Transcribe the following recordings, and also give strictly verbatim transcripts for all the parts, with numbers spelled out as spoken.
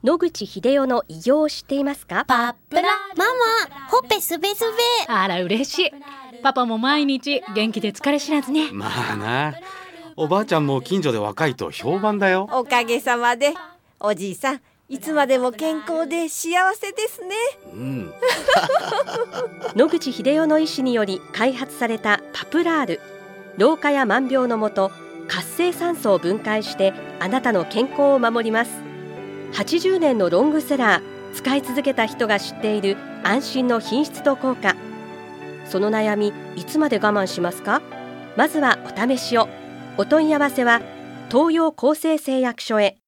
野口英世の偉業を知っていますか？ パプラママ、ほっぺすべすべ。 あら嬉しい。パパも毎日元気で疲れ知らずね。 まあな、おばあちゃんも近所で若いと評判だよ。 おかげさまで。おじいさん、いつまでも健康で幸せですね。 うん野口英世の医師により開発されたパプラール。老化や万病のもと、活性酸素を分解してあなたの健康を守ります。はちじゅうねんのロングセラー、使い続けた人が知っている安心の品質と効果。その悩み、いつまで我慢しますか？まずはお試しを。お問い合わせは東洋厚生製薬所へ。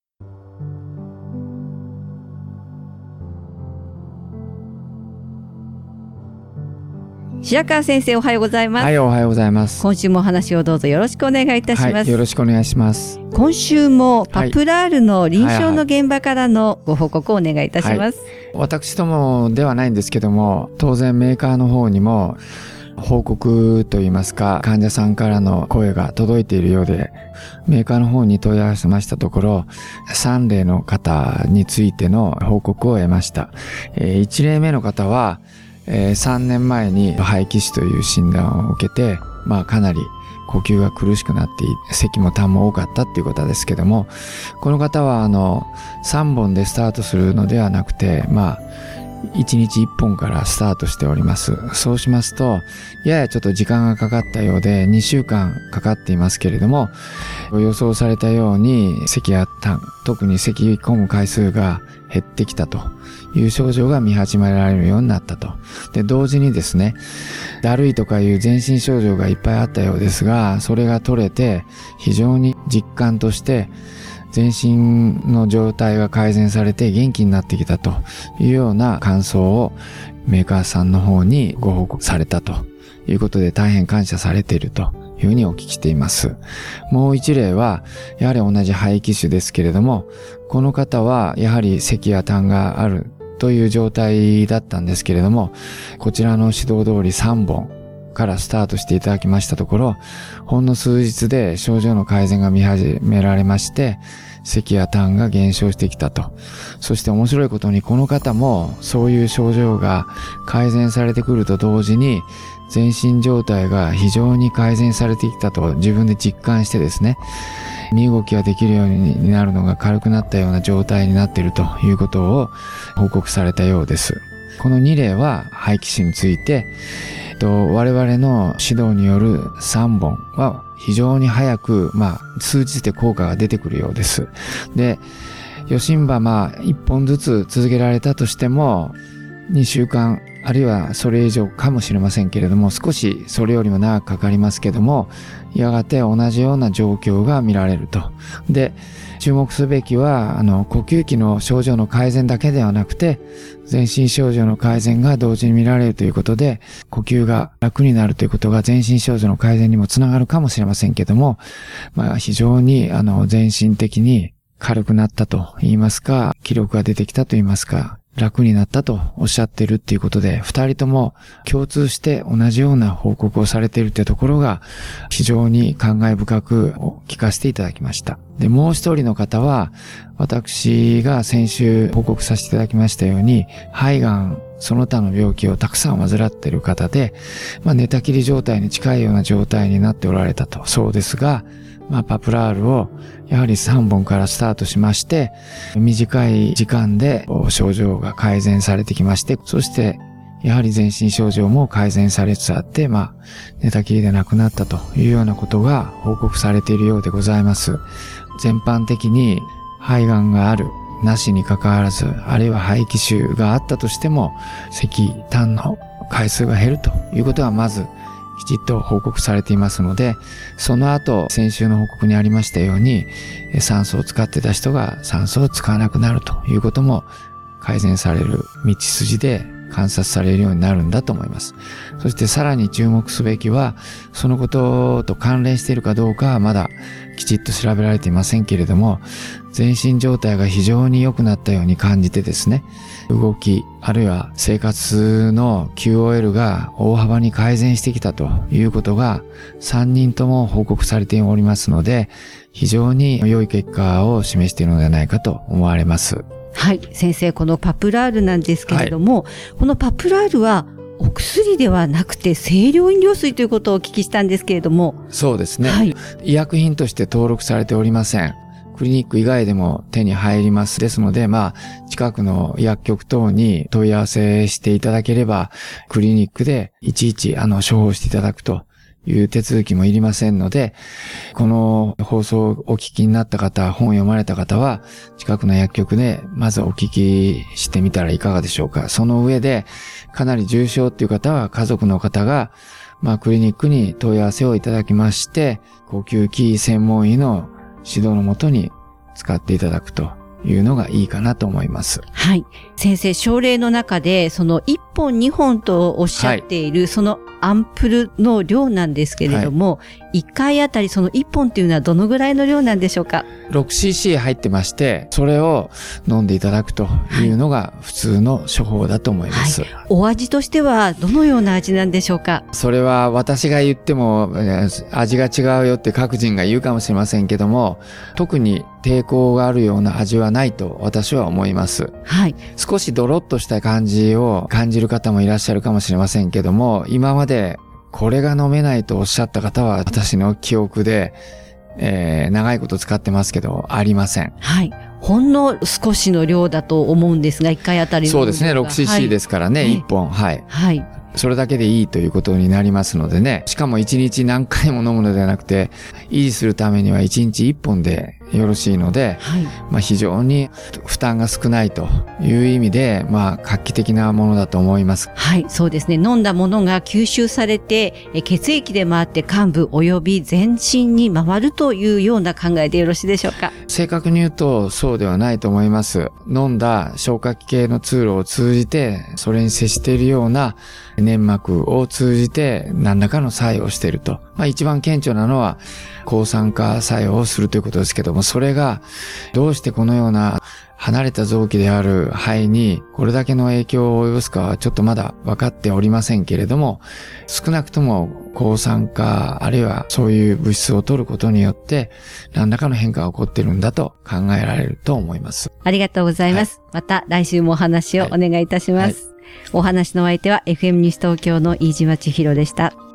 白川先生、おはようございます。 はい、おはようございます。 今週もお話をどうぞよろしくお願いいたします。 はい、よろしくお願いします。 今週もパプラールの臨床の現場からのご報告をお願いいたします。はいはいはい、 私どもではないんですけども、当然メーカーの方にも報告といいますか、患者さんからの声が届いているようで、メーカーの方に問い合わせましたところ、さん例の方についての報告を得ました。えー、いち例目の方は、えー、さんねんまえに肺気腫という診断を受けて、まあかなり呼吸が苦しくなっていて、咳も痰も多かったっていうことですけども、この方はあのさんぼんでスタートするのではなくて、まあいちにちいっぽんからスタートしております。そうしますと、ややちょっと時間がかかったようでにしゅうかんかかっていますけれども、予想されたように咳や痰、特に咳き込む回数が減ってきたという症状が見始められるようになったと。で、同時にですね、だるいとかいう全身症状がいっぱいあったようですが、それが取れて非常に実感として全身の状態が改善されて元気になってきたというような感想をメーカーさんの方にご報告されたということで、大変感謝されているというふうにお聞きしています。もう一例はやはり同じ肺気腫ですけれども、この方はやはり咳や痰があるという状態だったんですけれども、こちらの指導通りさんぼんからスタートしていただきましたところ、ほんの数日で症状の改善が見始められまして、咳や痰が減少してきたと。そして面白いことに、この方もそういう症状が改善されてくると同時に、全身状態が非常に改善されてきたと自分で実感してですね、身動きができるようになるのが軽くなったような状態になっているということを報告されたようです。このに例は肺気腫について、我々の指導によるさんぼんは非常に早く、まあ、数日で効果が出てくるようです。で、余震波、まあ、いっぽんずつ続けられたとしても、にしゅうかん、あるいはそれ以上かもしれませんけれども、少しそれよりも長くかかりますけども、やがて同じような状況が見られると。で、注目すべきは、あの、呼吸器の症状の改善だけではなくて、全身症状の改善が同時に見られるということで、呼吸が楽になるということが全身症状の改善にもつながるかもしれませんけども、まあ、非常に、あの、全身的に軽くなったと言いますか、気力が出てきたと言いますか、楽になったとおっしゃっているっていうことで、二人とも共通して同じような報告をされているっていうところが非常に感慨深く聞かせていただきました。で、もう一人の方は、私が先週報告させていただきましたように、肺がんその他の病気をたくさん患っている方で、まあ、寝たきり状態に近いような状態になっておられたと。そうですが、まあ、パプラールをやはりさんぼんからスタートしまして、短い時間で症状が改善されてきまして、そしてやはり全身症状も改善されつつあって、まあ、寝たきりで亡くなったというようなことが報告されているようでございます。全般的に肺がんがある、なしにかかわらず、あるいは肺気腫があったとしても、咳、痰の回数が減るということはまずきちっと報告されていますので、その後、先週の報告にありましたように、酸素を使ってた人が酸素を使わなくなるということも改善される道筋で観察されるようになるんだと思います。そしてさらに注目すべきは、そのことと関連しているかどうかはまだきちっと調べられていませんけれども、全身状態が非常に良くなったように感じてですね、動き、あるいは生活の キューオーエル が大幅に改善してきたということがさんにんとも報告されておりますので、非常に良い結果を示しているのではないかと思われます。 はい、先生、このパプラールなんですけれども、はい、このパプラールはお薬ではなくて清涼飲料水ということをお聞きしたんですけれども。 そうですね、 はい、 医薬品として登録されておりません。クリニック以外でも手に入ります。ですので、まあ、近くの薬局等に問い合わせしていただければ、クリニックでいちいちあの処方していただくという手続きもいりませんので、この放送をお聞きになった方、本を読まれた方は、近くの薬局でまずお聞きしてみたらいかがでしょうか。その上で、かなり重症っていう方は家族の方が、まあクリニックに問い合わせをいただきまして、呼吸器専門医の指導のもとに使っていただくというのがいいかなと思います。 はい。先生、症例の中で、そのいっぽんにほんとおっしゃっている、はい、そのアンプルの量なんですけれども、はい、いっかいあたりそのいっぽんっていうのはどのぐらいの量なんでしょうか？ ろくシーシー 入ってまして、それを飲んでいただくというのが普通の処方だと思います。はい、 お味としてはどのような味なんでしょうか？ それは私が言っても味が違うよって各人が言うかもしれませんけども、特に抵抗があるような味はないと私は思います。 はい。 少しドロッとした感じを感じる方もいらっしゃるかもしれませんけども、今までこれが飲めないとおっしゃった方は私の記憶で、えー、長いこと使ってますけどありません。 はい。ほんの少しの量だと思うんですが、いっかいあたりの量が。 そうですね、ろくシーシー ですからね、はい、いっぽん。はい。 はい。 それだけでいいということになりますのでね。しかもいちにち何回も飲むのではなくて、維持するためにはいちにちいっぽんでよろしいので、はい、まあ非常に負担が少ないという意味で、まあ画期的なものだと思います。 はい、そうですね。飲んだものが吸収されて、血液で回って患部及び全身に回るというような考えでよろしいでしょうか？ 正確に言うとそうではないと思います。飲んだ消化器系の通路を通じて、それに接しているような粘膜を通じて何らかの作用をしていると。まあ一番顕著なのは抗酸化作用をするということですけども、それがどうしてこのような離れた臓器である肺にこれだけの影響を及ぼすかはちょっとまだ分かっておりませんけれども、少なくとも抗酸化あるいはそういう物質を取ることによって何らかの変化が起こっているんだと考えられると思います。 ありがとうございます。はい、また来週もお話をお願いいたします。はいはい、お話の相手は エフエム ニュース東京の飯島千尋でした。